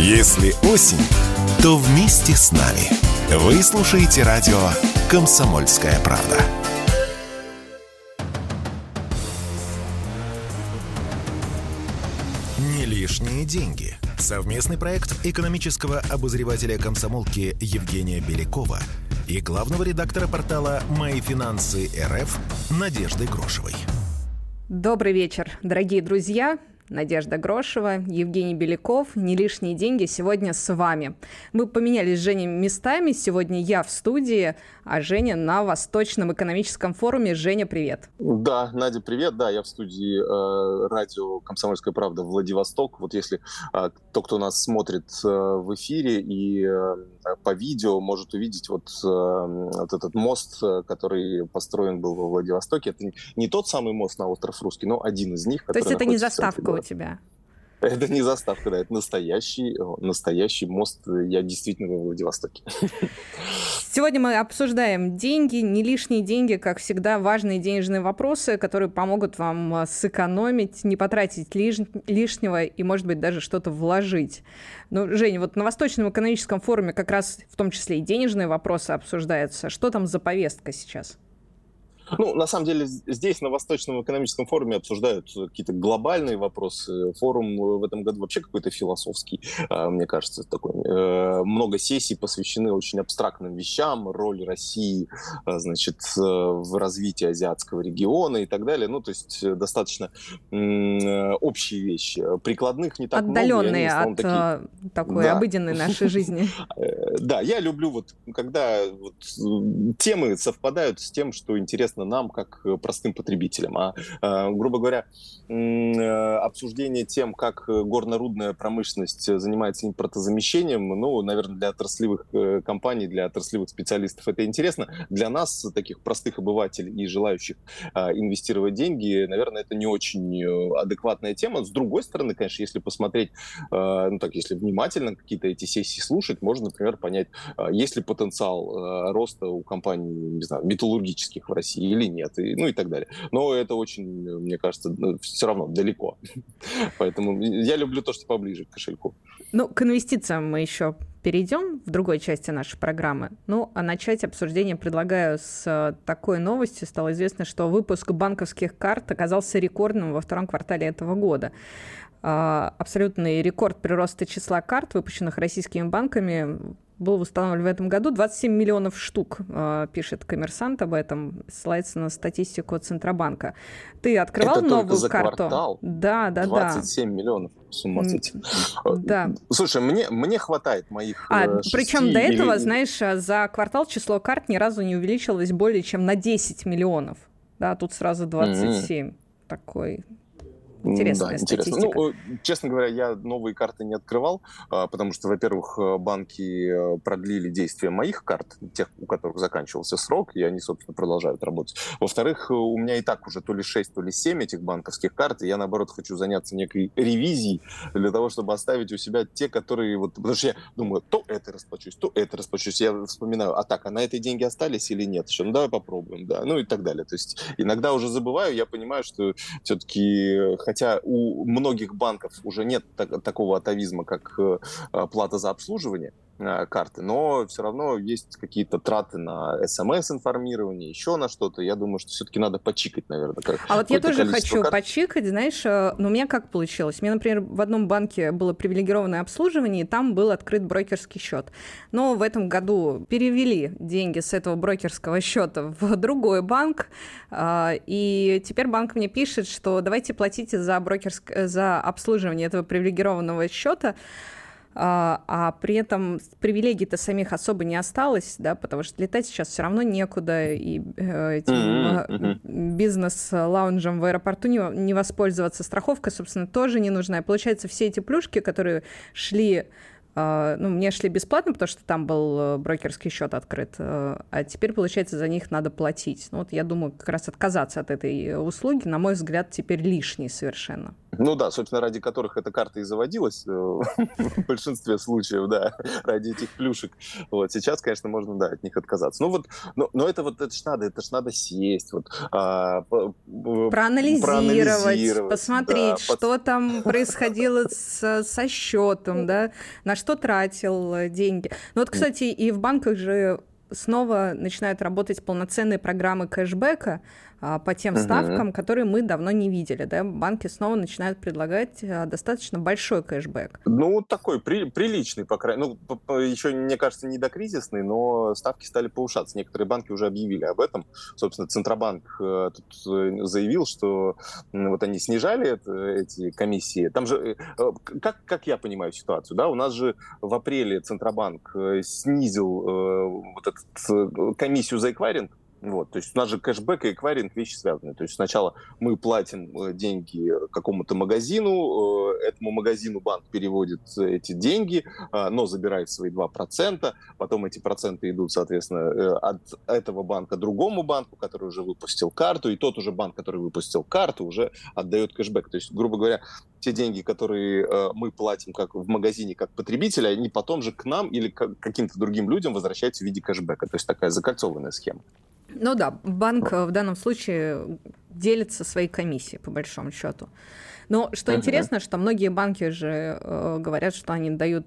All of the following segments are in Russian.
Если осень, то вместе с нами. Вы слушаете радио «Комсомольская правда». Не лишние деньги. Совместный проект экономического обозревателя «Комсомолки» Евгения Белякова и главного редактора портала «Мои финансы РФ» Надежды Грошевой. Добрый вечер, дорогие друзья. Надежда Грошева, Евгений Беляков. Не лишние деньги сегодня с вами. Мы поменялись с Женей местами. Сегодня я в студии, а Женя на Восточном экономическом форуме. Женя, привет. Да, Надя, привет. Да, я в студии радио «Комсомольская правда» Владивосток. Вот если кто нас смотрит в эфире и по видео, может увидеть вот этот мост, который построен был во Владивостоке. Это не тот самый мост на остров Русский, но один из них. То есть это не заставка у тебя? Это не заставка, да, это настоящий мост. Я действительно во Владивостоке. Сегодня мы обсуждаем деньги, не лишние деньги, как всегда, важные денежные вопросы, которые помогут вам сэкономить, не потратить лишнего и, может быть, даже что-то вложить. Ну, Женя, вот на Восточном экономическом форуме как раз в том числе и денежные вопросы обсуждаются. Что там за повестка сейчас? Ну, на самом деле, здесь, на Восточном экономическом форуме, обсуждают какие-то глобальные вопросы. Форум в этом году вообще какой-то философский, мне кажется, такой. Много сессий посвящены очень абстрактным вещам, роли России, значит, в развитии азиатского региона и так далее. Ну, то есть достаточно общие вещи. Прикладных не так отдаленные много. Отдаленные от такой обыденной нашей жизни. Да, я люблю, вот, когда темы совпадают с тем, что интересно нам, как простым потребителям. Грубо говоря, обсуждение тем, как горно-рудная промышленность занимается импортозамещением, ну, наверное, для отраслевых компаний, для отраслевых специалистов это интересно. Для нас, таких простых обывателей и желающих инвестировать деньги, наверное, это не очень адекватная тема. С другой стороны, конечно, если посмотреть, если внимательно какие-то эти сессии слушать, можно, например, понять, есть ли потенциал роста у компаний, не знаю, металлургических в России или нет, и так далее. Но это очень, мне кажется, все равно далеко. Поэтому я люблю то, что поближе к кошельку. Ну, к инвестициям мы еще перейдем в другой части нашей программы. Ну, а начать обсуждение предлагаю с такой новости. Стало известно, что выпуск банковских карт оказался рекордным во втором квартале этого года. Абсолютный рекорд прироста числа карт, выпущенных российскими банками, был установлен в этом году. 27 миллионов штук, пишет «Коммерсант» об этом, ссылается на статистику Центробанка. Ты открывал это новую за карту? Квартал? Да. 27 миллионов. С ума сойти. Да. Слушай, мне хватает моих 6 причем до этого, знаешь, за квартал число карт ни разу не увеличилось более чем на 10 миллионов. Да, тут сразу 27. Такой... Интересная статистика. Ну, честно говоря, я новые карты не открывал, потому что, во-первых, банки продлили действие моих карт, тех, у которых заканчивался срок, и они, собственно, продолжают работать. Во-вторых, у меня и так уже то ли 6, то ли 7 этих банковских карт, и я, наоборот, хочу заняться некой ревизией для того, чтобы оставить у себя те, которые... Потому что я думаю, то это расплачусь, то это расплачусь. Я вспоминаю, а на этой деньги остались или нет еще? Ну, давай попробуем, да. Ну, и так далее. То есть иногда уже забываю, я понимаю, что все-таки... Хотя у многих банков уже нет такого атовизма, как плата за обслуживание карты, но все равно есть какие-то траты на СМС-информирование, еще на что-то. Я думаю, что все-таки надо почикать, наверное. А вот я тоже хочу почикать, знаешь, но у меня как получилось? У меня, например, в одном банке было привилегированное обслуживание, и там был открыт брокерский счет. Но в этом году перевели деньги с этого брокерского счета в другой банк, и теперь банк мне пишет, что давайте платите за обслуживание этого привилегированного счета, а при этом привилегий-то самих особо не осталось, да, потому что летать сейчас все равно некуда, и бизнес-лаунжем в аэропорту не воспользоваться, страховка, собственно, тоже не нужна. И получается, все эти плюшки, которые шли... мне шли бесплатно, потому что там был брокерский счет открыт, а теперь, получается, за них надо платить. Ну, вот я думаю, как раз отказаться от этой услуги, на мой взгляд, теперь лишней совершенно. Ну да, собственно, ради которых эта карта и заводилась в большинстве случаев, да, ради этих плюшек. Вот сейчас, конечно, можно, да, от них отказаться. Ну вот, но это ж надо сесть, вот, Проанализировать, посмотреть, да, что там происходило со счетом, да, на что тратил деньги. Ну вот, кстати, и в банках же снова начинают работать полноценные программы кэшбэка по тем ставкам, которые мы давно не видели. Да? Банки снова начинают предлагать достаточно большой кэшбэк. Ну, такой приличный, по крайней мере. Ну, еще, мне кажется, не докризисный, но ставки стали повышаться. Некоторые банки уже объявили об этом. Собственно, Центробанк тут заявил, что вот они снижали эти комиссии. Там же, как я понимаю ситуацию, да, у нас же в апреле Центробанк снизил вот эту комиссию за эквайринг. Вот, то есть у нас же кэшбэк и эквайринг вещи связаны. То есть сначала мы платим деньги какому-то магазину, этому магазину банк переводит эти деньги, но забирает свои 2%, потом эти проценты идут, соответственно, от этого банка другому банку, который уже выпустил карту, и тот уже банк, который выпустил карту, уже отдает кэшбэк. То есть, грубо говоря, те деньги, которые мы платим как в магазине как потребители, они потом же к нам или к каким-то другим людям возвращаются в виде кэшбэка. То есть такая закольцованная схема. Ну да, банк в данном случае делится своей комиссией, по большому счету. Но что интересно, что многие банки же говорят, что они дают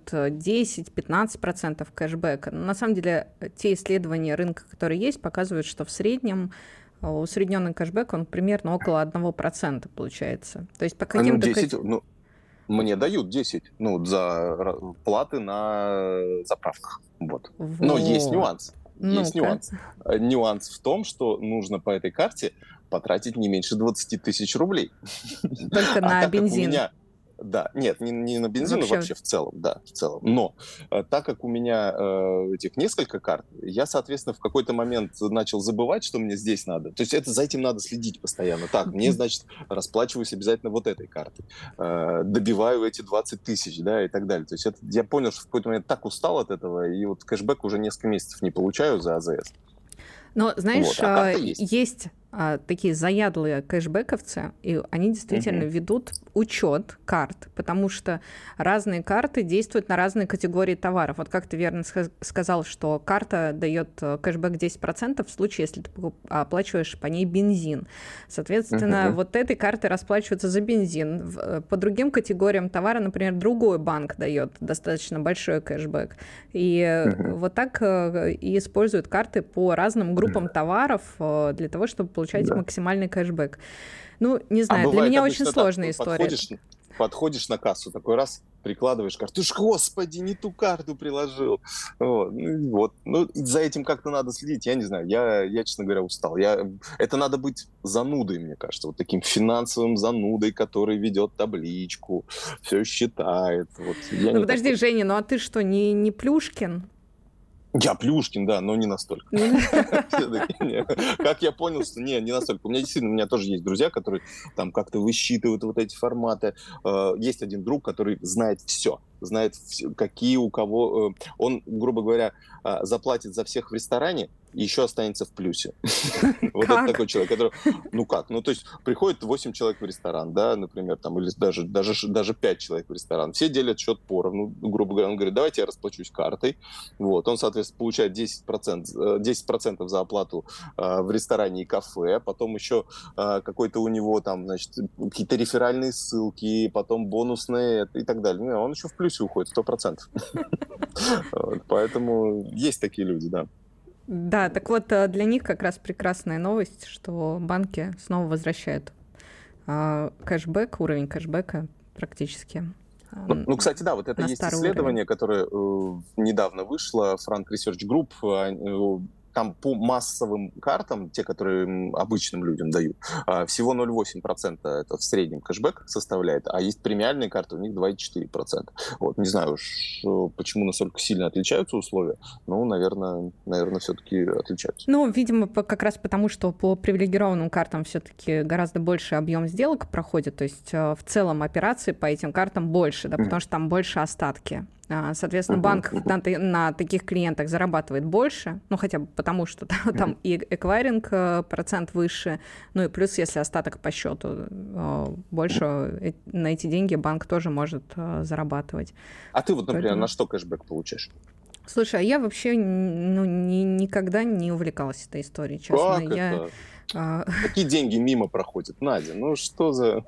10-15% кэшбэка. Но на самом деле те исследования рынка, которые есть, показывают, что в среднем усредненный кэшбэк, он примерно около 1% получается. То есть по каким-то... 10, мне дают 10, за платы на заправках. Вот. Но есть нюанс. Есть нюанс. Нюанс в том, что нужно по этой карте потратить не меньше 20 тысяч рублей. Только на бензин. Да, нет, не на бензин, вообще в целом, да, в целом. Но так как у меня этих несколько карт, я, соответственно, в какой-то момент начал забывать, что мне здесь надо. То есть за этим надо следить постоянно. Так, мне, значит, расплачиваюсь обязательно вот этой картой. Добиваю эти 20 тысяч, да, и так далее. То есть я понял, что в какой-то момент так устал от этого, и вот кэшбэк уже несколько месяцев не получаю за АЗС. Но, знаешь, есть такие заядлые кэшбэковцы, и они действительно ведут учет карт, потому что разные карты действуют на разные категории товаров. Вот как ты верно сказал, что карта дает кэшбэк 10% в случае, если ты оплачиваешь по ней бензин. Соответственно, вот этой картой расплачиваются за бензин. По другим категориям товара, например, другой банк дает достаточно большой кэшбэк. И вот так и используют карты по разным группам товаров для того, чтобы получать максимальный кэшбэк. Ну, не знаю, для меня очень сложная история. Подходишь на кассу, такой раз прикладываешь карту, ты ж, господи, не ту карту приложил. Вот. Ну, за этим как-то надо следить, я не знаю, я честно говоря, устал. Это надо быть занудой, мне кажется, вот таким финансовым занудой, который ведет табличку, все считает. Вот. Ну, подожди, Женя, ну а ты что, не Плюшкин? Я Плюшкин, да, но не настолько. Как я понял, что не настолько. У меня тоже есть друзья, которые там как-то высчитывают вот эти форматы. Есть один друг, который знает все, какие у кого... Он, грубо говоря, заплатит за всех в ресторане, и еще останется в плюсе. Вот это такой человек, который... то есть приходит 8 человек в ресторан, да, например, там, или даже 5 человек в ресторан. Все делят счет поровну, грубо говоря. Он говорит, давайте я расплачусь картой. Вот. Он, соответственно, получает 10% за оплату в ресторане и кафе. Потом еще какой-то у него там, значит, какие-то реферальные ссылки, потом бонусные и так далее. Он еще в плюсе уходит 100%. Поэтому есть такие люди, да. Да, так вот, для них как раз прекрасная новость, что банки снова возвращают кэшбэк, уровень кэшбэка практически. Ну, кстати, да, вот это есть исследование, которое недавно вышло, Frank Research Group, там по массовым картам, те, которые обычным людям дают, всего 0,8% это в среднем кэшбэк составляет, а есть премиальные карты, у них 2,4%. Вот, не знаю уж, почему настолько сильно отличаются условия, но, наверное, все-таки отличаются. Ну, видимо, как раз потому, что по привилегированным картам все-таки гораздо больше объем сделок проходит, то есть в целом операции по этим картам больше, да, потому что там больше остатки. Соответственно, банк на таких клиентах зарабатывает больше, ну, хотя бы потому, что там и эквайринг процент выше, ну, и плюс, если остаток по счету больше, на эти деньги банк тоже может зарабатывать. А ты вот, например, на что кэшбэк получаешь? Слушай, а я вообще никогда не увлекалась этой историей, честно. Как это? Какие деньги мимо проходят, Надя? Ну, что за...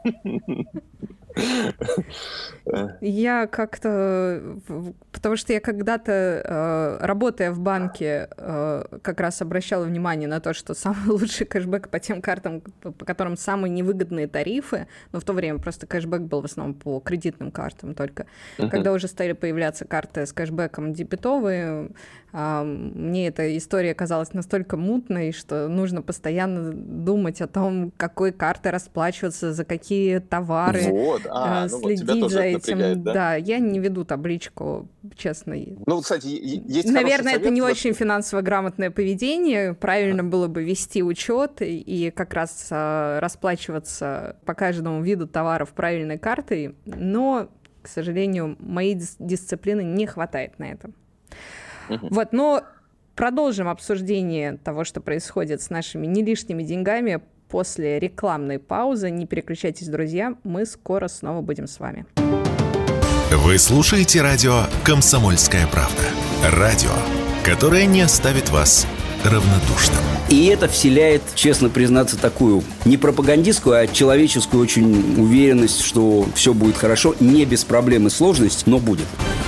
Я как-то... Потому что я когда-то, работая в банке, как раз обращала внимание на то, что самый лучший кэшбэк по тем картам, по которым самые невыгодные тарифы, но в то время просто кэшбэк был в основном по кредитным картам только. Когда уже стали появляться карты с кэшбэком дебетовые, мне эта история казалась настолько мутной, что нужно постоянно думать о том, какой картой расплачиваться, за какие товары, следить за этим. Напрягает, да? Да, я не веду табличку, честно. Ну, кстати, есть наверное, это не совет, очень финансово грамотное поведение. Правильно было бы вести учет и как раз расплачиваться по каждому виду товаров правильной картой, но, к сожалению, моей дисциплины не хватает на это. Вот, но продолжим обсуждение того, что происходит с нашими не лишними деньгами после рекламной паузы. Не переключайтесь, друзья, мы скоро снова будем с вами. Вы слушаете радио «Комсомольская правда». Радио, которое не оставит вас равнодушным. И это вселяет, честно признаться, такую не пропагандистскую, а человеческую очень уверенность, что все будет хорошо, не без проблем и сложностей, но будет.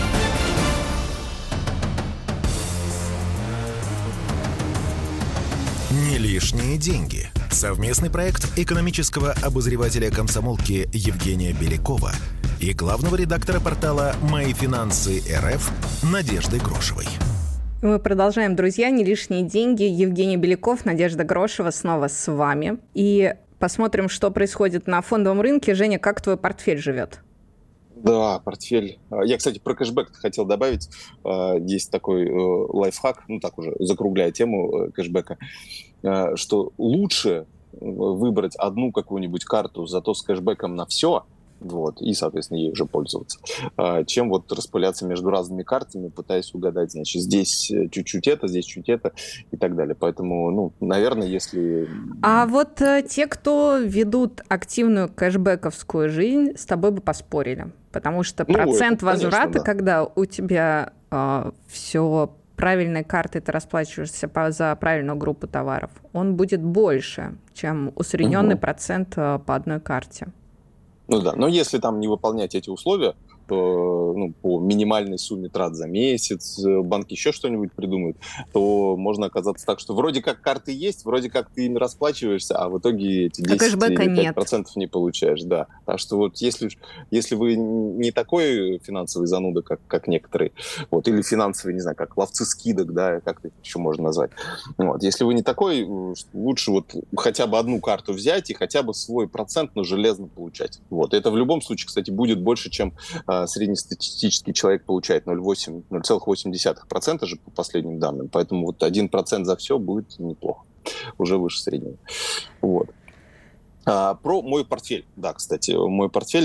Не лишние деньги. Совместный проект экономического обозревателя комсомолки Евгения Белякова и главного редактора портала «Мои финансы РФ» Надежды Грошевой. Мы продолжаем, друзья. Не лишние деньги. Евгений Беляков, Надежда Грошева снова с вами. И посмотрим, что происходит на фондовом рынке. Женя, как твой портфель живет? Да, портфель. Я, кстати, про кэшбэк хотел добавить. Есть такой лайфхак, ну так уже закругляя тему кэшбэка, что лучше выбрать одну какую-нибудь карту, зато с кэшбэком на все, вот, и, соответственно, ей уже пользоваться, чем вот распыляться между разными картами, пытаясь угадать, значит, здесь чуть-чуть это, здесь чуть это и так далее. Поэтому, ну, наверное, если... А вот те, кто ведут активную кэшбэковскую жизнь, с тобой бы поспорили, потому что процент возврата, конечно, да, когда у тебя все правильной картой ты расплачиваешься за правильную группу товаров, он будет больше, чем усредненный процент по одной карте. Ну да, но если там не выполнять эти условия, то, ну, по минимальной сумме трат за месяц, банк еще что-нибудь придумает, то можно оказаться так, что вроде как карты есть, вроде как ты ими расплачиваешься, а в итоге эти 10 или 5% не получаешь. Да. Так что вот если вы не такой финансовый зануда, как некоторые, вот, или финансовый, не знаю, как ловцы скидок, да, как это еще можно назвать. Вот. Если вы не такой, лучше вот хотя бы одну карту взять и хотя бы свой процент, но железно получать. Вот. Это в любом случае, кстати, будет больше, чем среднестатистический человек получает 0,8% же по последним данным. Поэтому вот 1% за все будет неплохо. Уже выше среднего. Вот. Про мой портфель. Да, кстати, мой портфель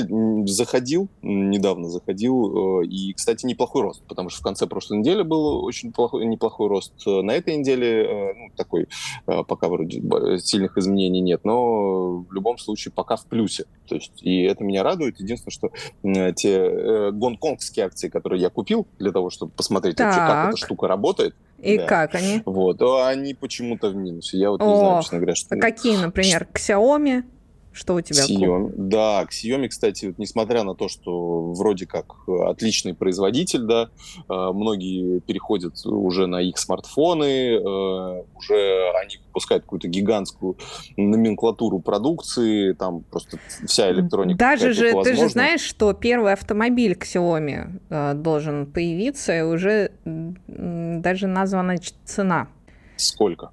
недавно заходил, и, кстати, неплохой рост, потому что в конце прошлой недели был очень неплохой рост. На этой неделе, ну, такой, пока вроде сильных изменений нет, но в любом случае пока в плюсе. То есть, и это меня радует. Единственное, что те гонконгские акции, которые я купил для того, чтобы посмотреть вообще, как эта штука работает, и да, как они? Вот, они почему-то в минусе. Я вот не знаю, честно говоря, что... А какие, например, Xiaomi? Что у тебя? Xiaomi. Да, Xiaomi, кстати, вот, несмотря на то, что вроде как отличный производитель, да, многие переходят уже на их смартфоны, уже они выпускают какую-то гигантскую номенклатуру продукции, там просто вся электроника. Даже же, ты же знаешь, что первый автомобиль Xiaomi должен появиться, и уже даже названа цена. Сколько?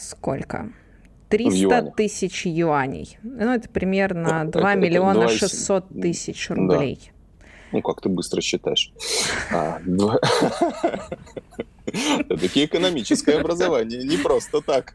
300 000 юаней. Ну, это примерно 2 600 000 рублей. Ну, как ты быстро считаешь. Все-таки экономическое образование, не просто так.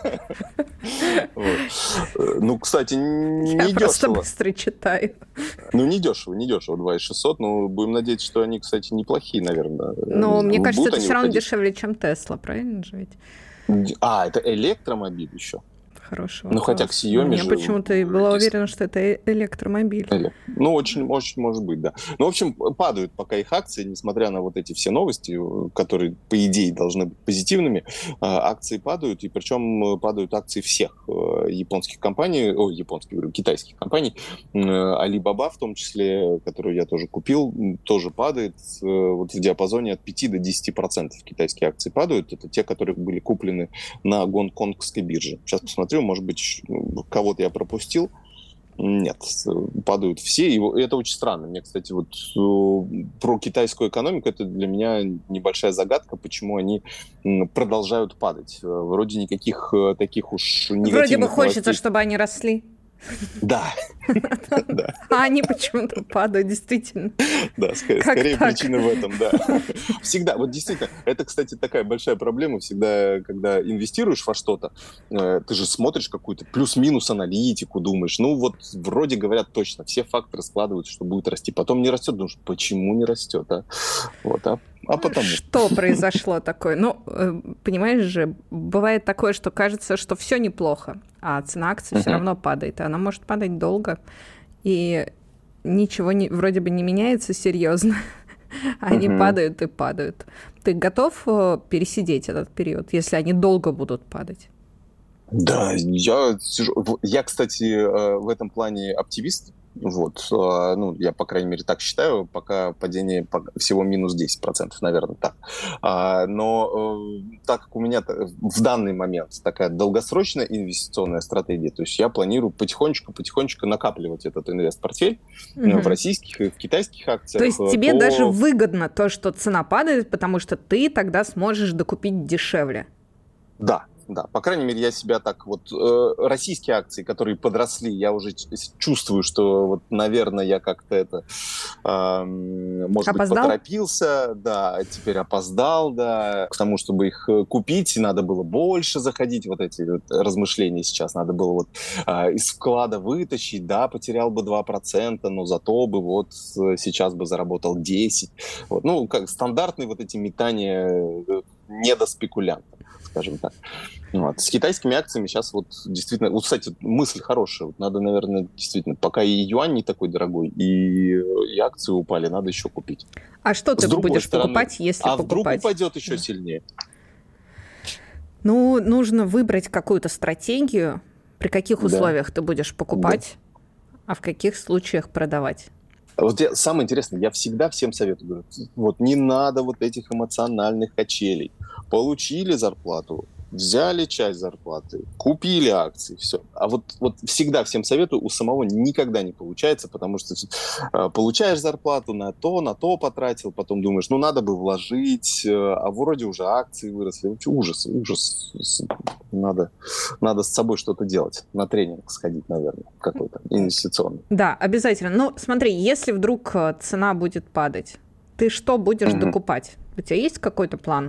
Ну, кстати, не дешево. Я просто быстро читаю. Ну, не дешево, 2600. Но будем надеяться, что они, кстати, неплохие, наверное. Но мне кажется, это все равно дешевле, чем Тесла, правильно же ведь? Это электромобиль еще. Хорошего. Ну, хотя Xiaomi же... Я почему-то и была уверена, что это электромобиль. Ну, очень, очень может быть, да. Ну, в общем, падают пока их акции, несмотря на вот эти все новости, которые, по идее, должны быть позитивными. Акции падают, и причем падают акции всех японских компаний, китайских компаний. Alibaba, в том числе, которую я тоже купил, тоже падает. Вот в диапазоне от 5 до 10% китайские акции падают. Это те, которые были куплены на гонконгской бирже. Сейчас посмотрю, может быть, кого-то я пропустил. Нет, падают все, и это очень странно. Мне, кстати, вот про китайскую экономику это для меня небольшая загадка, почему они продолжают падать. Вроде никаких таких уж негативных Вроде бы хочется, новостей. Чтобы они росли. Да. А они почему-то падают, действительно. Да, скорее причина в этом, да. Всегда, вот действительно, это, кстати, такая большая проблема всегда, когда инвестируешь во что-то, ты же смотришь какую-то плюс-минус аналитику, думаешь, ну вот вроде говорят точно, все факторы складываются, что будет расти, потом не растет, думаешь, почему не растет, а? Вот, а потому. Что произошло такое? Ну, понимаешь же, бывает такое, что кажется, что все неплохо, а цена акций все равно падает, и она может падать долго, и ничего вроде бы не меняется серьезно, они падают и падают. Ты готов пересидеть этот период, если они долго будут падать? Да, я, кстати, в этом плане оптимист. Вот, ну, я, по крайней мере, так считаю, пока падение всего минус 10%, наверное, так. Но так как у меня в данный момент такая долгосрочная инвестиционная стратегия, то есть я планирую потихонечку накапливать этот инвест-портфель в российских и в китайских акциях. То есть тебе даже выгодно то, что цена падает, потому что ты тогда сможешь докупить дешевле. Да. Да, по крайней мере, я себя так вот... российские акции, которые подросли, я уже чувствую, что, вот, наверное, я как-то это... может быть, поторопился, да, теперь опоздал, да, к тому, чтобы их купить, надо было больше заходить, вот эти вот размышления сейчас, надо было вот из вклада вытащить, да, потерял бы 2%, но зато бы вот сейчас бы заработал 10%. Вот, ну, как стандартные вот эти метания недоспекулянтов, скажем так. Вот. С китайскими акциями сейчас вот действительно... Вот, кстати, мысль хорошая. Вот надо, наверное, действительно, пока и юань не такой дорогой, и акции упали, надо еще купить. А что ты будешь покупать, если покупать? А вдруг упадет еще сильнее? Ну, нужно выбрать какую-то стратегию, при каких условиях ты будешь покупать, а в каких случаях продавать. Вот самое интересное, я всегда всем советую, говорю, вот не надо вот этих эмоциональных качелей. Получили зарплату, взяли часть зарплаты, купили акции, все. А вот всегда всем советую, у самого никогда не получается, потому что получаешь зарплату, на то потратил, потом думаешь, ну надо бы вложить, а вроде уже акции выросли. Вообще ужас. Надо с собой что-то делать, на тренинг сходить, наверное, какой-то инвестиционный. Да, обязательно. Ну, смотри, если вдруг цена будет падать, ты что будешь докупать? У тебя есть какой-то план?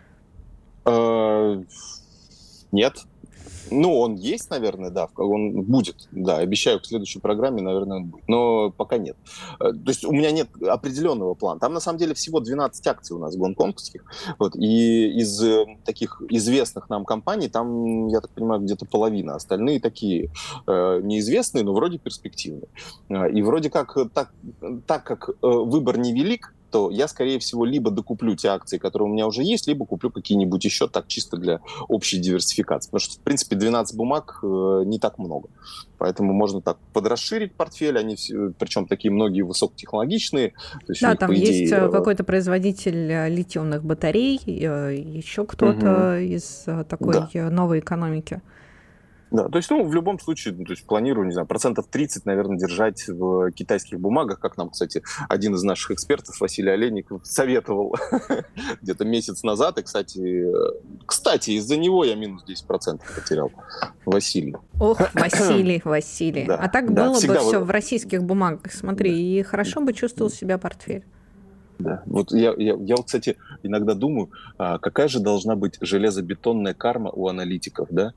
Нет. Ну, он есть, наверное, да, он будет, да, обещаю, в следующей программе, наверное, он будет, но пока нет. То есть у меня нет определенного плана. Там, на самом деле, всего 12 акций у нас гонконгских, вот, и из таких известных нам компаний, там, я так понимаю, где-то половина, остальные такие неизвестные, но вроде перспективные. И вроде как, так как выбор невелик, то я, скорее всего, либо докуплю те акции, которые у меня уже есть, либо куплю какие-нибудь еще, так чисто для общей диверсификации. Потому что, в принципе, 12 бумаг не так много. Поэтому можно так подрасширить портфель, они причем такие многие высокотехнологичные. То есть да, там есть какой-то производитель литионных батарей, еще кто-то из такой новой экономики. Да, то есть, в любом случае, то есть планирую, не знаю, 30%, наверное, держать в китайских бумагах, как нам, кстати, один из наших экспертов, Василий Олейников, советовал где-то месяц назад. И, кстати, из-за него я минус 10% потерял. Василий. Ох, Василий. Да, а так да, было бы все в российских бумагах, смотри, и хорошо бы чувствовал себя портфель. Да. Вот я, кстати, иногда думаю, какая же должна быть железобетонная карма у аналитиков, да?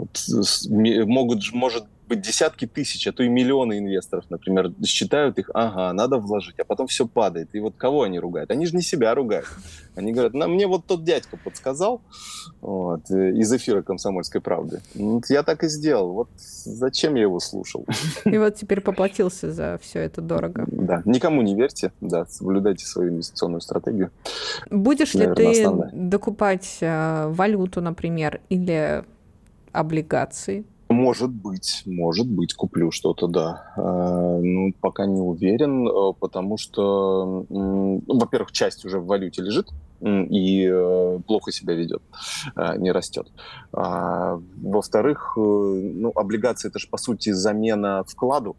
Может быть, десятки тысяч, а то и миллионы инвесторов, например, считают их, надо вложить, а потом все падает. И вот кого они ругают? Они же не себя ругают. Они говорят, мне вот тот дядька подсказал из эфира «Комсомольской правды». Я так и сделал. Вот зачем я его слушал? И вот теперь поплатился за все это дорого. Да, никому не верьте, да, соблюдайте свою инвестиционную стратегию. Будешь ли ты докупать валюту, например, или облигации? Может быть, куплю что-то, да. Пока не уверен, потому что, во-первых, часть уже в валюте лежит и плохо себя ведет, не растет. Во-вторых, облигации — это же, по сути, замена вкладу.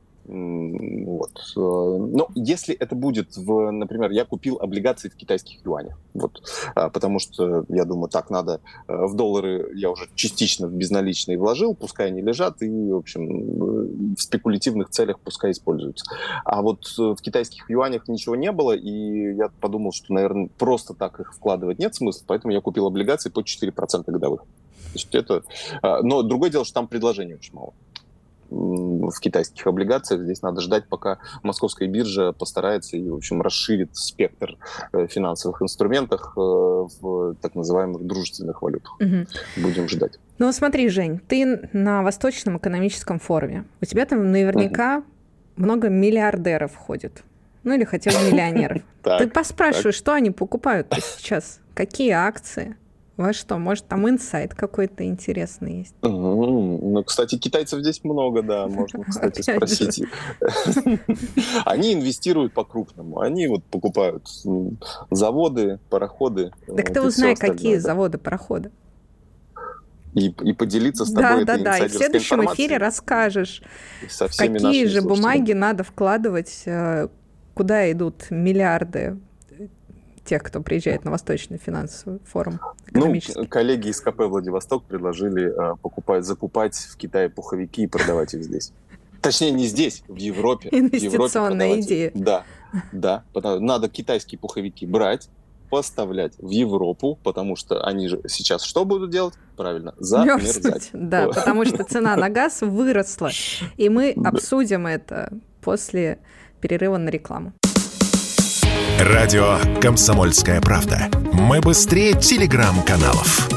Но если это будет например, я купил облигации в китайских юанях, потому что я думаю, так надо в доллары, я уже частично в безналичные вложил, пускай они лежат и, в общем, в спекулятивных целях пускай используются. А вот в китайских юанях ничего не было, и я подумал, что, наверное, просто так их вкладывать нет смысла, поэтому я купил облигации по 4% годовых. Но другое дело, что там предложений очень мало. В китайских облигациях здесь надо ждать, пока московская биржа постарается и, в общем, расширит спектр финансовых инструментов в так называемых дружественных валютах. Будем ждать. Смотри, Жень, ты на Восточном экономическом форуме. У тебя там наверняка много миллиардеров ходит. Или хотя бы миллионеров. Ты поспрашиваешь, что они покупают сейчас? Какие акции? Во что? Может, там инсайт какой-то интересный есть? Кстати, китайцев здесь много, да, можно, кстати, спросить. Они инвестируют по-крупному. Они покупают заводы, пароходы. Так ты узнай, какие заводы, пароходы. И поделиться с тобой этой инсайдерской информацией. И в следующем эфире расскажешь, какие же бумаги надо вкладывать, куда идут миллиарды тех, кто приезжает на Восточный финансовый форум экономический. Коллеги из КП «Владивосток» предложили закупать в Китае пуховики и продавать их здесь. Точнее, не здесь, в Европе. Инвестиционная идея. Да. Надо китайские пуховики брать, поставлять в Европу, потому что они же сейчас что будут делать? Правильно, замерзать. Да, потому что цена на газ выросла. И мы обсудим это после перерыва на рекламу. Радио «Комсомольская правда». Мы быстрее телеграм-каналов.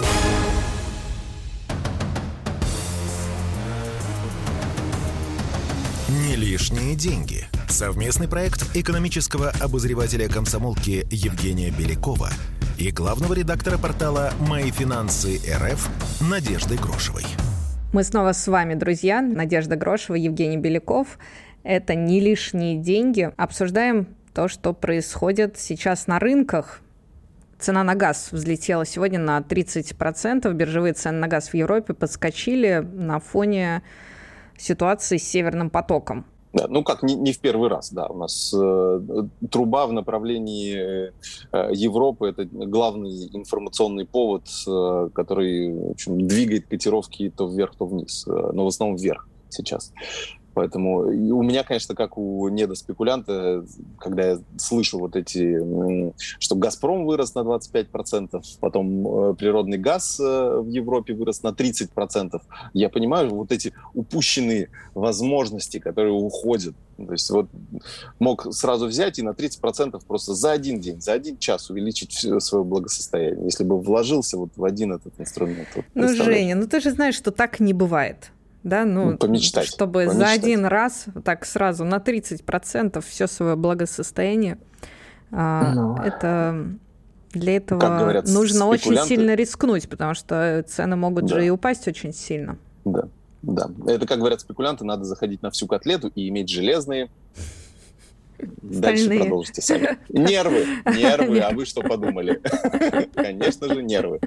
Не лишние деньги. Совместный проект экономического обозревателя комсомолки Евгения Белякова и главного редактора портала «Мои финансы РФ» Надежды Грошевой. Мы снова с вами, друзья. Надежда Грошева, Евгений Беляков. Это «Не лишние деньги». Обсуждаем то, что происходит сейчас на рынках. Цена на газ взлетела сегодня на 30%. Биржевые цены на газ в Европе подскочили на фоне ситуации с Северным потоком. Да, не в первый раз, да. У нас труба в направлении Европы — это главный информационный повод, который, в общем, двигает котировки то вверх, то вниз. Но в основном вверх сейчас. Поэтому у меня, конечно, как у недоспекулянта, когда я слышу что «Газпром» вырос на 25%, потом природный газ в Европе вырос на 30%, я понимаю эти упущенные возможности, которые уходят. То есть мог сразу взять и на 30% просто за один день, за один час увеличить свое благосостояние, если бы вложился в один этот инструмент. Женя, ты же знаешь, что так не бывает. Да, помечтать. Чтобы за один раз так сразу на 30% все свое благосостояние, это для этого говорят, нужно очень сильно рискнуть, потому что цены могут же и упасть очень сильно. Да. Это, как говорят спекулянты, надо заходить на всю котлету и иметь железные Дальше продолжите сами. Нервы, а вы что подумали? Конечно же, нервы.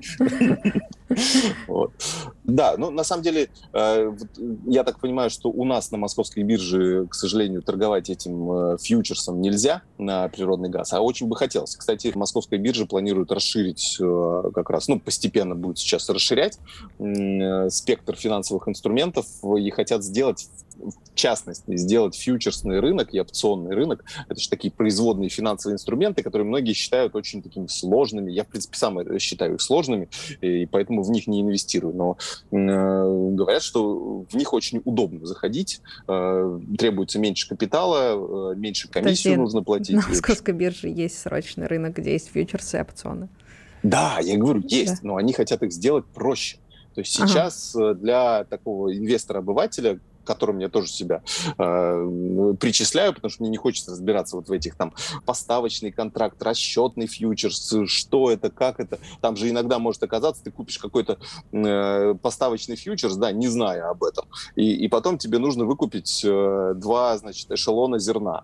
Да, ну, на самом деле, я так понимаю, что у нас на московской бирже, к сожалению, торговать этим фьючерсом нельзя на природный газ, а очень бы хотелось. Кстати, московская биржа планирует расширить как раз, постепенно будет сейчас расширять спектр финансовых инструментов и хотят сделать, в частности, сделать фьючерсный рынок и опционный рынок. Это же такие производные финансовые инструменты, которые многие считают очень такими сложными. Я, в принципе, сам считаю их сложными, и поэтому в них не инвестирую. Но говорят, что в них очень удобно заходить. Требуется меньше капитала, меньше комиссию нужно платить. На московской бирже есть срочный рынок, где есть фьючерсы и опционы. Да, я говорю, есть, но они хотят их сделать проще. То есть сейчас для такого инвестора-обывателя, которым я тоже себя причисляю, потому что мне не хочется разбираться вот в этих там поставочный контракт, расчетный фьючерс, что это, как это. Там же иногда может оказаться, ты купишь какой-то поставочный фьючерс, да, не зная об этом, и потом тебе нужно выкупить 2, значит, эшелона зерна.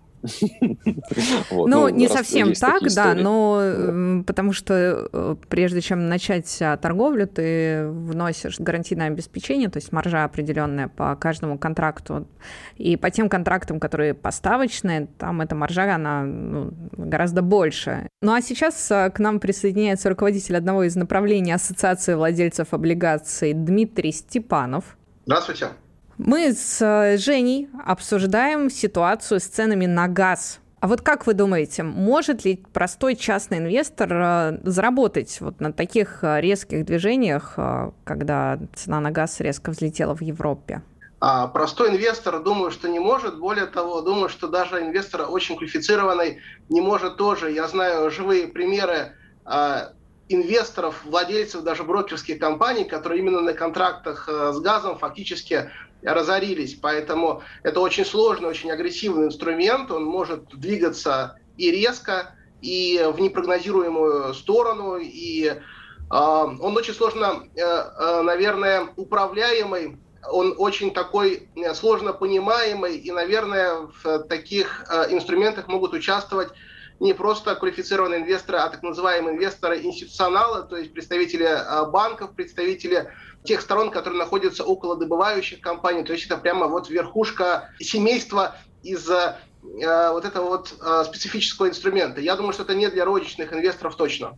Ну, не совсем так, да, но потому что прежде чем начать торговлю, ты вносишь гарантийное обеспечение, то есть маржа определенная по каждому контракту, и по тем контрактам, которые поставочные, там эта маржа, она гораздо больше. Ну а сейчас к нам присоединяется руководитель одного из направлений Ассоциации владельцев облигаций Дмитрий Степанов. Здравствуйте. Мы с Женей обсуждаем ситуацию с ценами на газ. А вот как вы думаете, может ли простой частный инвестор заработать вот на таких резких движениях, когда цена на газ резко взлетела в Европе? Простой инвестор, думаю, что не может. Более того, думаю, что даже инвестор очень квалифицированный не может тоже. Я знаю живые примеры инвесторов, владельцев даже брокерских компаний, которые именно на контрактах с газом фактически разорились. Поэтому это очень сложный, очень агрессивный инструмент. Он может двигаться и резко, и в непрогнозируемую сторону. И он очень сложно, наверное, управляемый. Он очень такой сложно понимаемый. И, наверное, в таких инструментах могут участвовать не просто квалифицированные инвесторы, а так называемые инвесторы-институционалы, то есть представители банков, представители тех сторон, которые находятся около добывающих компаний. То есть это прямо вот верхушка семейства из вот этого вот специфического инструмента. Я думаю, что это не для розничных инвесторов точно.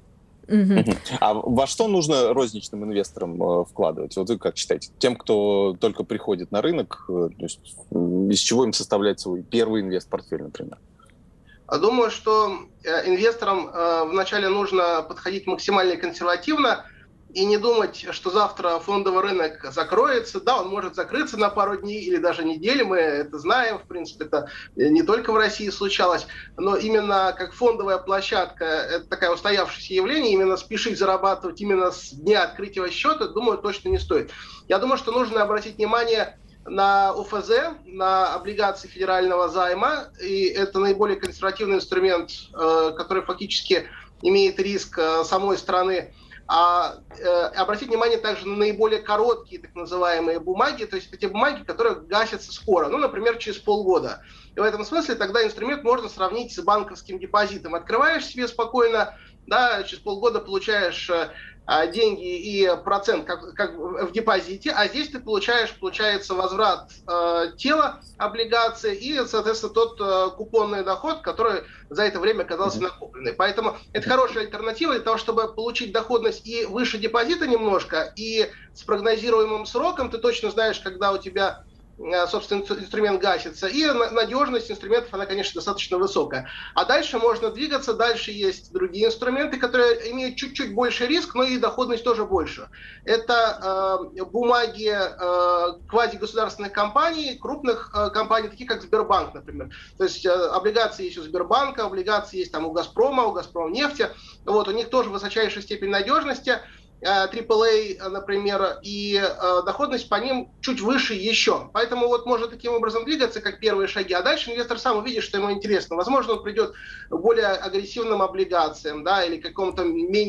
А во что нужно розничным инвесторам вкладывать? Вот вы как считаете? Тем, кто только приходит на рынок, то есть из чего им составлять свой первый инвест-портфель, например? Думаю, что инвесторам вначале нужно подходить максимально консервативно и не думать, что завтра фондовый рынок закроется. Да, он может закрыться на пару дней или даже недели, мы это знаем, в принципе, это не только в России случалось, но именно как фондовая площадка, это такое устоявшееся явление, именно спешить зарабатывать именно с дня открытия счета, думаю, точно не стоит. Я думаю, что нужно обратить внимание на ОФЗ, на облигации федерального займа, и это наиболее консервативный инструмент, который фактически имеет риск самой страны. Обратить внимание также на наиболее короткие так называемые бумаги, то есть это те бумаги, которые гасятся скоро, например, через полгода. И в этом смысле тогда инструмент можно сравнить с банковским депозитом. Открываешь себе спокойно, да, через полгода получаешь деньги и процент как в депозите, а здесь ты получается возврат тела облигации и, соответственно, тот купонный доход, который за это время оказался накопленный. Поэтому это хорошая альтернатива для того, чтобы получить доходность и выше депозита немножко, и с прогнозируемым сроком ты точно знаешь, когда у тебя собственно, инструмент гасится. И надежность инструментов, она, конечно, достаточно высокая. А дальше можно двигаться. Дальше есть другие инструменты, которые имеют чуть-чуть больше риск, но и доходность тоже больше. Это бумаги квазигосударственных компаний, крупных компаний, таких как Сбербанк, например. То есть облигации есть у Сбербанка, облигации есть там у Газпрома, у Газпромнефти. Вот, у них тоже высочайшая степень надежности. AAA, например, и доходность по ним чуть выше еще. Поэтому вот можно таким образом двигаться, как первые шаги. А дальше инвестор сам увидит, что ему интересно. Возможно, он придет к более агрессивным облигациям, да, или какому-то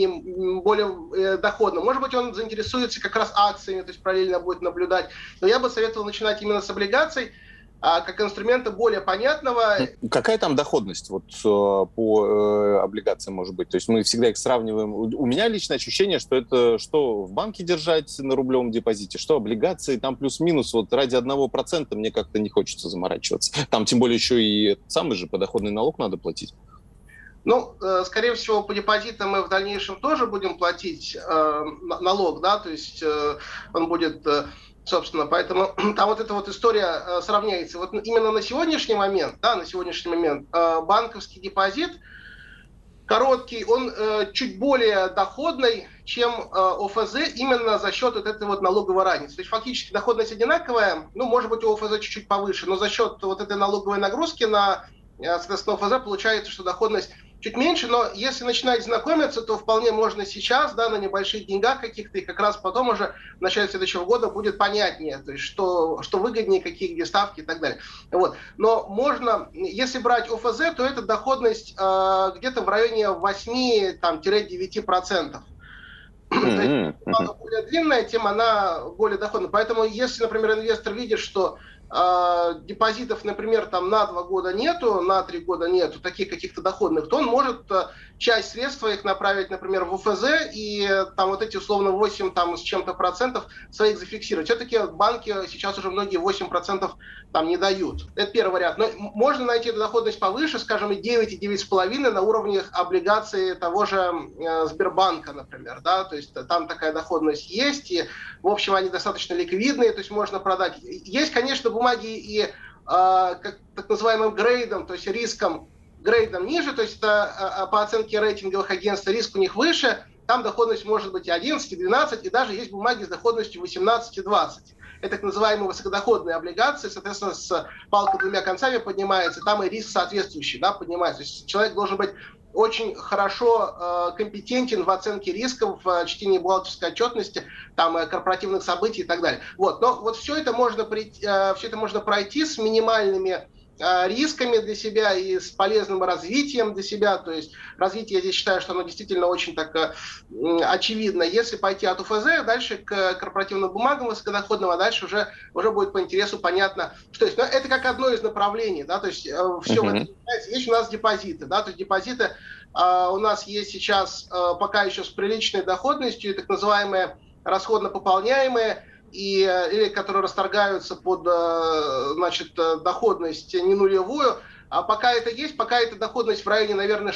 более доходным. Может быть, он заинтересуется как раз акциями, то есть параллельно будет наблюдать. Но я бы советовал начинать именно с облигаций. как инструмента более понятного. Какая там доходность вот по облигациям может быть? То есть мы всегда их сравниваем. У меня личное ощущение, что это что в банке держать на рублевом депозите, что облигации, там плюс-минус, вот ради 1% мне как-то не хочется заморачиваться. Там тем более еще и самый же подоходный налог надо платить. Ну, скорее всего, по депозитам мы в дальнейшем тоже будем платить налог, да, то есть он будет... Собственно, поэтому там вот эта вот история сравняется. Вот именно на сегодняшний момент, банковский депозит короткий, он чуть более доходный, чем ОФЗ, именно за счет вот этой вот налоговой разницы. То есть фактически доходность одинаковая, ну, может быть, у ОФЗ чуть-чуть повыше, но за счет вот этой налоговой нагрузки на, соответственно, ОФЗ получается, что доходность чуть меньше, но если начинать знакомиться, то вполне можно сейчас, да, на небольших деньгах каких-то, и как раз потом уже в начале следующего года будет понятнее, то есть что выгоднее, какие где ставки и так далее. Вот. Но можно, если брать ОФЗ, то эта доходность где-то в районе 8-9%. Чем она более длинная, тем она более доходная. Поэтому если, например, инвестор видит, что депозитов, например, там на 2 года нету, на 3 года нету, таких каких-то доходных, то он может часть средств своих направить, например, в ОФЗ и там вот эти условно 8 там, с чем-то процентов своих зафиксировать. Все-таки банки сейчас уже многие 8% там не дают. Это первый вариант. Но можно найти эту доходность повыше, скажем, и 9, и 9,5 на уровне облигаций того же Сбербанка, например. Да? То есть там такая доходность есть, и, в общем, они достаточно ликвидные, то есть можно продать. Есть, конечно, бумаги и как, так называемым грейдом, то есть риском, грейдом ниже, то есть это по оценке рейтинговых агентств риск у них выше, там доходность может быть и 11, и 12, и даже есть бумаги с доходностью 18 и 20. Это так называемые высокодоходные облигации, соответственно, с палкой двумя концами поднимается, там и риск соответствующий, да, поднимается. То есть человек должен быть очень хорошо компетентен в оценке рисков, в чтении бухгалтерской отчетности, там, корпоративных событий и так далее. Вот. Но вот все это можно пройти с минимальными рисками для себя и с полезным развитием для себя. То есть развитие, я здесь считаю, что оно действительно очень так очевидно. Если пойти от УФЗ, дальше к корпоративным бумагам высокодоходным, а дальше уже будет по интересу понятно, что есть. Но это как одно из направлений, да, то есть все в этом есть у нас депозиты, да, то есть депозиты у нас есть сейчас пока еще с приличной доходностью, так называемые расходно-пополняемые, или которые расторгаются под, значит, доходность не нулевую. А пока это есть, пока эта доходность в районе, наверное,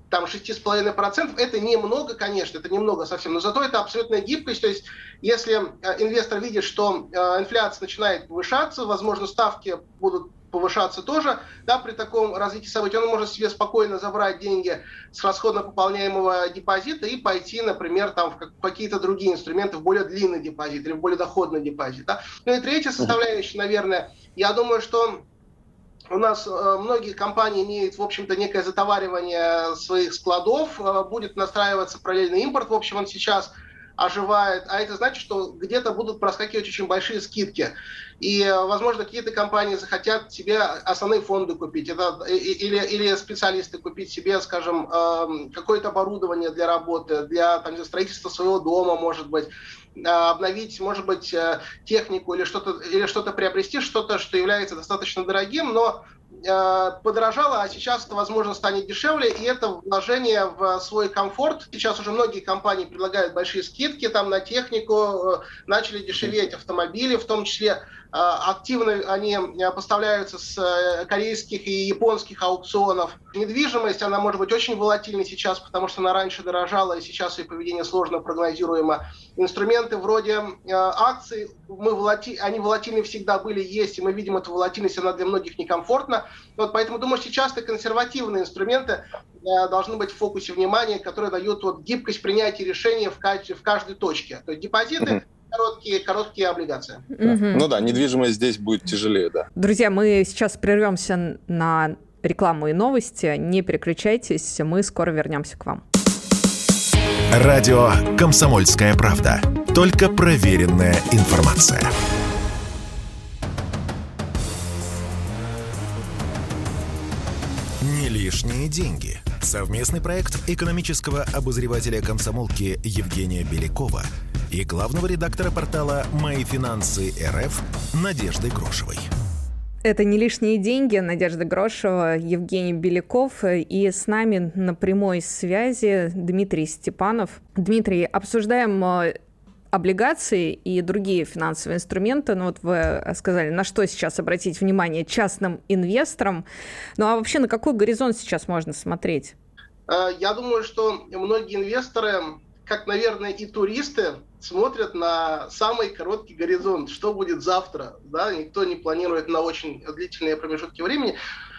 6,5%, это немного, конечно, это немного совсем, но зато это абсолютная гибкость. То есть если инвестор видит, что инфляция начинает повышаться, возможно, ставки будут повышаться тоже, да, при таком развитии событий, он может себе спокойно забрать деньги с расходно-пополняемого депозита и пойти, например, там, в какие-то другие инструменты, в более длинный депозит или в более доходный депозит. Да. Ну и третья составляющая, наверное, я думаю, что у нас многие компании имеют, в общем-то, некое затоваривание своих складов, будет настраиваться параллельный импорт, в общем, он сейчас оживает, а это значит, что где-то будут проскакивать очень большие скидки. И, возможно, какие-то компании захотят себе основные фонды купить, или специалисты купить себе, скажем, какое-то оборудование для работы, для там, строительства своего дома, может быть, обновить, может быть, технику или что-то приобрести, что-то, что является достаточно дорогим, но подорожало, а сейчас это, возможно, станет дешевле, и это вложение в свой комфорт. Сейчас уже многие компании предлагают большие скидки там на технику, начали дешеветь автомобили, в том числе активно они поставляются с корейских и японских аукционов. Недвижимость, она может быть очень волатильной сейчас, потому что она раньше дорожала, и сейчас ее поведение сложно прогнозируемо. Инструменты вроде акций, они волатильны всегда были, есть, и мы видим эту волатильность, она для многих некомфортна. Вот поэтому, думаю, сейчас-то консервативные инструменты должны быть в фокусе внимания, которые дают вот гибкость принятия решений в каждой точке. То есть депозиты, короткие облигации. Ну да, недвижимость здесь будет тяжелее, да. Друзья, мы сейчас прервемся на рекламу и новости. Не переключайтесь, мы скоро вернемся к вам. Радио «Комсомольская правда». Только проверенная информация. Не лишние деньги. Совместный проект экономического обозревателя комсомолки Евгения Белякова и главного редактора портала «Мои финансы РФ» Надежды Грошевой. Это «Не лишние деньги», Надежда Грошева, Евгений Беляков. И с нами на прямой связи Дмитрий Степанов. Дмитрий, обсуждаем облигации и другие финансовые инструменты. Ну вот вы сказали, на что сейчас обратить внимание частным инвесторам. Ну а вообще на какой горизонт сейчас можно смотреть? Я думаю, что многие инвесторы, как, наверное, и туристы, смотрят на самый короткий горизонт, что будет завтра. Да? Никто не планирует на очень длительные промежутки времени.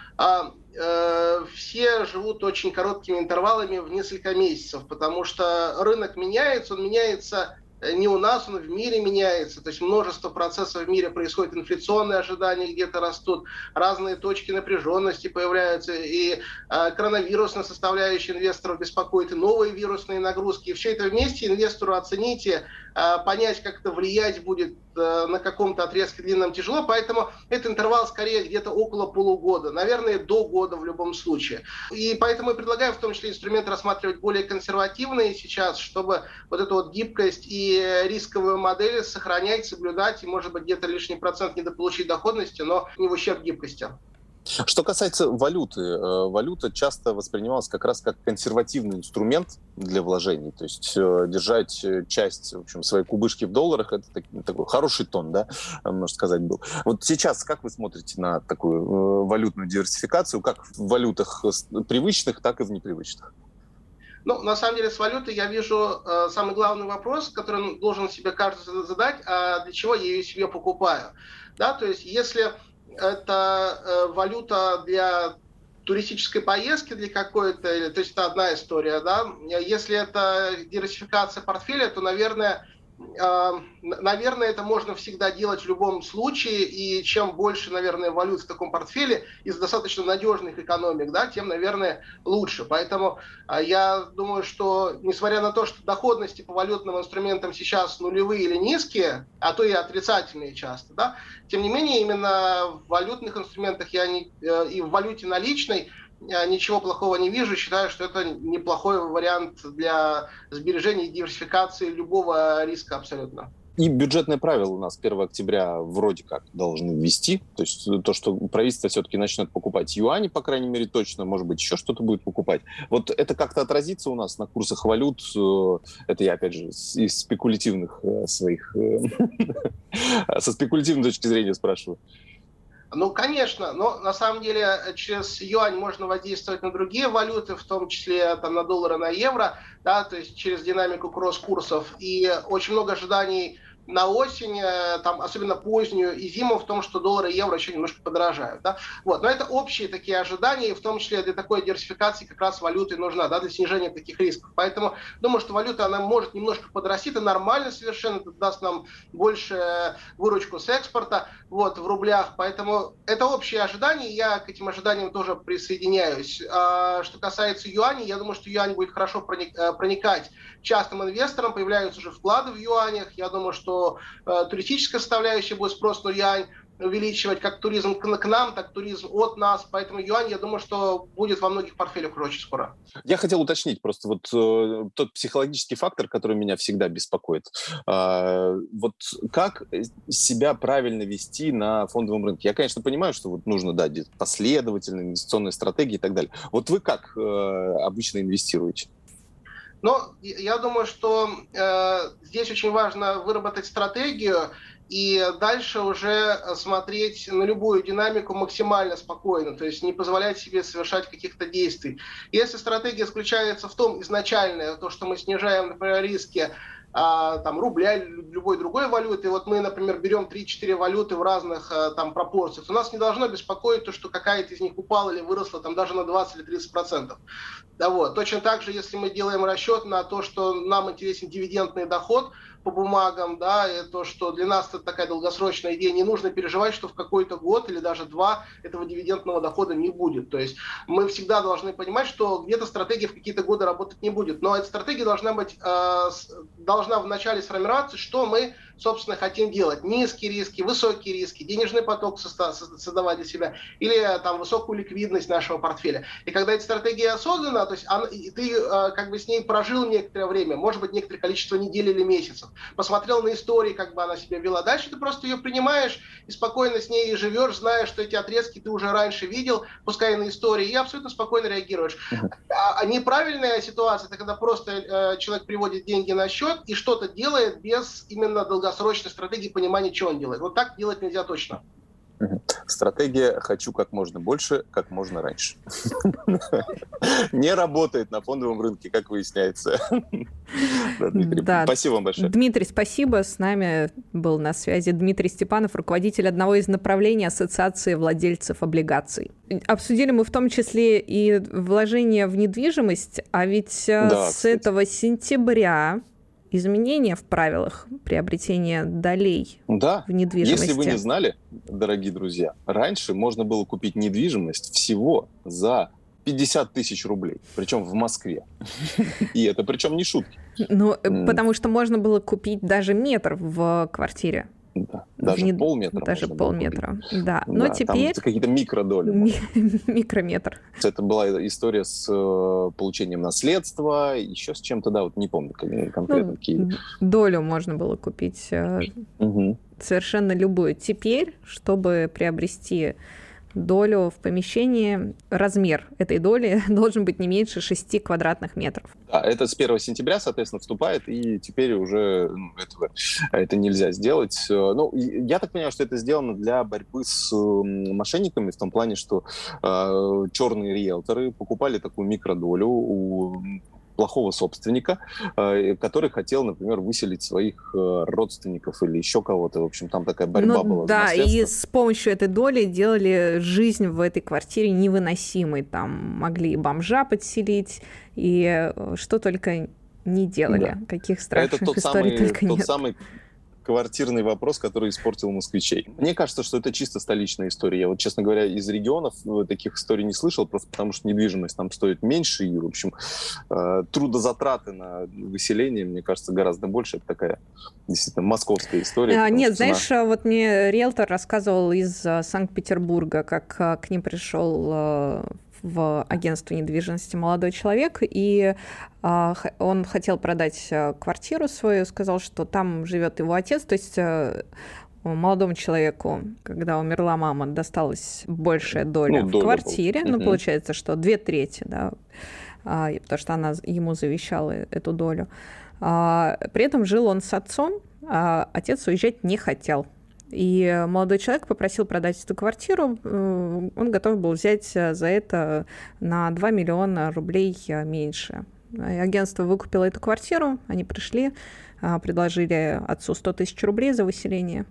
Все живут очень короткими интервалами в несколько месяцев, потому что рынок меняется, он меняется не у нас, он в мире меняется. То есть множество процессов в мире происходит, инфляционные ожидания где-то растут, разные точки напряженности появляются, и коронавирусная составляющая инвесторов беспокоит, и новые вирусные нагрузки. И все это вместе инвестору оценить и понять, как это влиять будет на каком-то отрезке длинном тяжело, поэтому этот интервал скорее где-то около полугода, наверное, до года в любом случае. И поэтому мы предлагаем в том числе инструменты рассматривать более консервативные сейчас, чтобы вот эту вот гибкость и рисковую модель сохранять, соблюдать, и, может быть, где-то лишний процент недополучить доходности, но не в ущерб гибкости. Что касается валюты, валюта часто воспринималась как раз как консервативный инструмент для вложений. То есть держать часть, в общем, своей кубышки в долларах — это такой хороший тон, да, можно сказать, был. Вот сейчас как вы смотрите на такую валютную диверсификацию, как в валютах привычных, так и в непривычных? Ну, на самом деле, с валютой я вижу самый главный вопрос, который должен себе каждый задать, а для чего я ее себе покупаю. Да, то есть, если это валюта для туристической поездки, для какой-то, то есть это одна история, да. Если это диверсификация портфеля, то, наверное, это можно всегда делать в любом случае, и чем больше, наверное, валют в таком портфеле из достаточно надежных экономик, да, тем, наверное, лучше. Поэтому я думаю, что, несмотря на то, что доходности по валютным инструментам сейчас нулевые или низкие, а то и отрицательные часто, да, тем не менее, именно в валютных инструментах и в валюте наличной я ничего плохого не вижу. Считаю, что это неплохой вариант для сбережения и диверсификации любого риска абсолютно. И бюджетные правила у нас 1 октября вроде как должны ввести. То есть то, что правительство все-таки начнет покупать юани, по крайней мере, точно, может быть, еще что-то будет покупать. Вот это как-то отразится у нас на курсах валют. Это я, опять же, из спекулятивных своих... Со спекулятивной точки зрения спрашиваю. Ну, конечно, но на самом деле через юань можно воздействовать на другие валюты, в том числе там, на доллары, на евро, да, то есть через динамику кросс-курсов. И очень много ожиданий на осень, там, особенно позднюю и зиму, в том, что доллары и евро еще немножко подорожают. Да? Вот. Но это общие такие ожидания, и в том числе для такой диверсификации как раз валюта и нужна, да, для снижения таких рисков. Поэтому думаю, что валюта она может немножко подрасти, это нормально совершенно, это даст нам больше выручку с экспорта вот, в рублях. Поэтому это общие ожидания, и я к этим ожиданиям тоже присоединяюсь. А что касается юаней, я думаю, что юань будет хорошо проникать частным инвесторам, появляются уже вклады в юанях. Я думаю, что туристическая составляющая будет спрос на юань увеличивать, как туризм к нам, так туризм от нас. Поэтому юань, я думаю, что будет во многих портфелях уже очень скоро. Я хотел уточнить просто вот тот психологический фактор, который меня всегда беспокоит. Вот как себя правильно вести на фондовом рынке? Я, конечно, понимаю, что вот нужно, да, последовательные инвестиционные стратегии и так далее. Вот вы как обычно инвестируете? Но я думаю, что здесь очень важно выработать стратегию и дальше уже смотреть на любую динамику максимально спокойно, то есть не позволять себе совершать каких-то действий. Если стратегия заключается в том изначально, то, что мы снижаем, например, риски там, рубля или любой другой валюты, вот мы, например, берем 3-4 валюты в разных там пропорциях, то нас не должно беспокоить то, что какая-то из них упала или выросла там даже на 20 или 30%. Да, вот. Точно так же, если мы делаем расчет на то, что нам интересен дивидендный доход по бумагам, да, и то, что для нас это такая долгосрочная идея, не нужно переживать, что в какой-то год или даже 2 этого дивидендного дохода не будет. То есть мы всегда должны понимать, что где-то стратегия в какие-то годы работать не будет. Но эта стратегия должна вначале сформироваться, что мы собственно, хотим делать. Низкие риски, высокие риски, денежный поток создавать для себя или там высокую ликвидность нашего портфеля. И когда эта стратегия создана, то есть ты как бы с ней прожил некоторое время, может быть, некоторое количество недель или месяцев, посмотрел на истории, как бы она себя вела. Дальше ты просто ее принимаешь и спокойно с ней живешь, зная, что эти отрезки ты уже раньше видел, пускай на истории, и абсолютно спокойно реагируешь. А неправильная ситуация, это когда просто человек приводит деньги на счет и что-то делает без именно долгосрочной стратегии понимания, что он делает. Вот так делать нельзя точно. Стратегия «хочу как можно больше, как можно раньше». Не работает на фондовом рынке, как выясняется. Да, спасибо вам большое. Дмитрий, спасибо. С нами был на связи Дмитрий Степанов, руководитель одного из направлений Ассоциации владельцев облигаций. Обсудили мы в том числе и вложения в недвижимость, а ведь с этого сентября изменения в правилах приобретения долей в недвижимости. Если вы не знали, дорогие друзья, раньше можно было купить недвижимость всего за 50 тысяч рублей, причем в Москве. И это причем не шутки. Ну, потому что можно было купить даже метр в квартире. Да, даже полметра. Даже полметра, да. Но теперь... Там какие-то микродоли. Микрометр. Это была история с получением наследства, еще с чем-то, да, вот не помню конкретно какие. Долю можно было купить совершенно любую. Теперь, чтобы приобрести долю в помещении, размер этой доли должен быть не меньше 6 квадратных метров. Да, это с 1 сентября, соответственно, вступает, и теперь уже это нельзя сделать. Ну, я так понимаю, что это сделано для борьбы с мошенниками, в том плане, что черные риэлторы покупали такую микродолю у плохого собственника, который хотел, например, выселить своих родственников или еще кого-то. В общем, там такая борьба была за наследство. И с помощью этой доли делали жизнь в этой квартире невыносимой. Там могли и бомжа подселить, и что только не делали. Да. Каких страшных историй только нет. Тот самый квартирный вопрос, который испортил москвичей. Мне кажется, что это чисто столичная история. Я вот, честно говоря, из регионов таких историй не слышал, просто потому что недвижимость там стоит меньше, и, в общем, трудозатраты на выселение, мне кажется, гораздо больше. Это такая действительно московская история. Нет, знаешь, вот мне риэлтор рассказывал из Санкт-Петербурга, как к ним пришел в агентство недвижимости молодой человек, и он хотел продать квартиру свою, сказал, что там живет его отец, то есть молодому человеку, когда умерла мама, досталась большая доля в квартире, получается, что 2/3, да, потому что она ему завещала эту долю. При этом жил он с отцом, а отец уезжать не хотел. И молодой человек попросил продать эту квартиру, он готов был взять за это на 2 миллиона рублей меньше. И агентство выкупило эту квартиру, они пришли, предложили отцу 100 тысяч рублей за выселение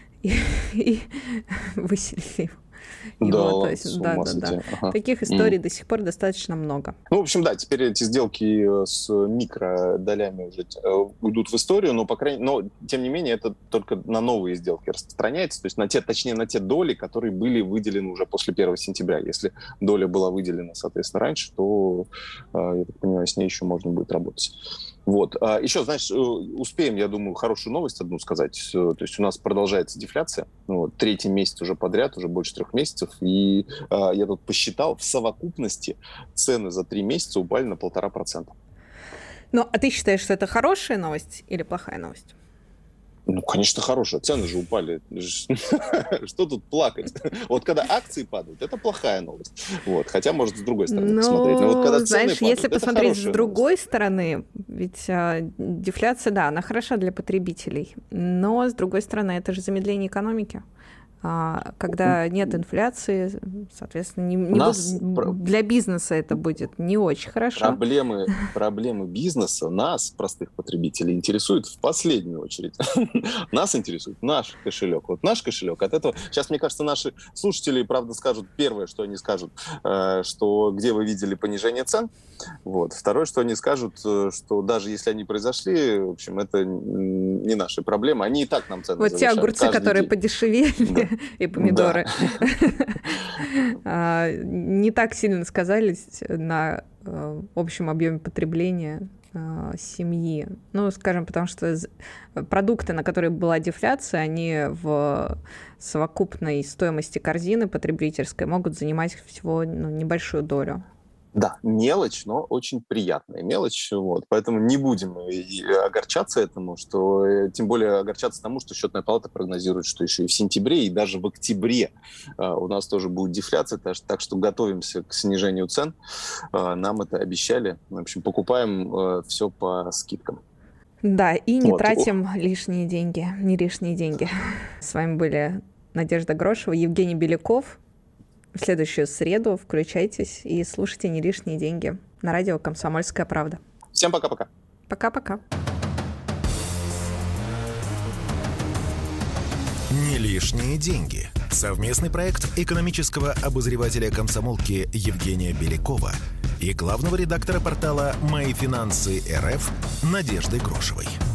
и выселили его. Да, Ага. Таких историй до сих пор достаточно много. Ну, в общем, да, теперь эти сделки с микродолями уже уйдут в историю, но, тем не менее, это только на новые сделки распространяется, то есть на те доли, которые были выделены уже после 1 сентября. Если доля была выделена, соответственно, раньше, то, я так понимаю, с ней еще можно будет работать. Вот. Еще, знаешь, успеем, я думаю, хорошую новость одну сказать. То есть у нас продолжается дефляция. 3-й месяц уже подряд, уже больше 3 месяцев. И я тут посчитал, в совокупности цены за 3 месяца упали на 1,5%. Ну, а ты считаешь, что это хорошая новость или плохая новость? Ну, конечно, хорошая. Цены же упали. Что тут плакать? Вот когда акции падают, это плохая новость. Вот. Хотя, может, с другой стороны посмотреть. Но вот когда цены знаешь, падают, если посмотреть с другой стороны, ведь дефляция, да, она хороша для потребителей. Но, с другой стороны, это же замедление экономики. Когда нет инфляции, соответственно, для бизнеса это будет не очень хорошо. Проблемы бизнеса нас, простых потребителей, интересуют в последнюю очередь. Нас интересует наш кошелек. Вот наш кошелек от этого... Сейчас, мне кажется, наши слушатели, правда, скажут первое, что они скажут, что где вы видели понижение цен. Вот. Второе, что они скажут, что даже если они произошли, в общем, это не наши проблемы. Они и так нам цены завышают. Вот те огурцы, которые подешевели, и помидоры, не так сильно сказались на общем объеме потребления семьи. Ну, скажем, потому что продукты, на которые была дефляция, они в совокупной стоимости корзины потребительской могут занимать всего небольшую долю. Да, мелочь, но очень приятная мелочь. Вот. Поэтому не будем огорчаться этому, что, тем более огорчаться тому, что счетная палата прогнозирует, что еще и в сентябре, и даже в октябре у нас тоже будет дефляция. Так что готовимся к снижению цен. Нам это обещали. В общем, покупаем все по скидкам. Да, и не тратим лишние деньги, не лишние деньги. С вами были Надежда Грошева, Евгений Беляков. В следующую среду включайтесь и слушайте «Не лишние деньги» на радио «Комсомольская правда». Всем пока-пока. Пока-пока. «Не лишние деньги». Совместный проект экономического обозревателя комсомолки Евгения Белякова и главного редактора портала «Мои финансы РФ» Надежды Грошевой.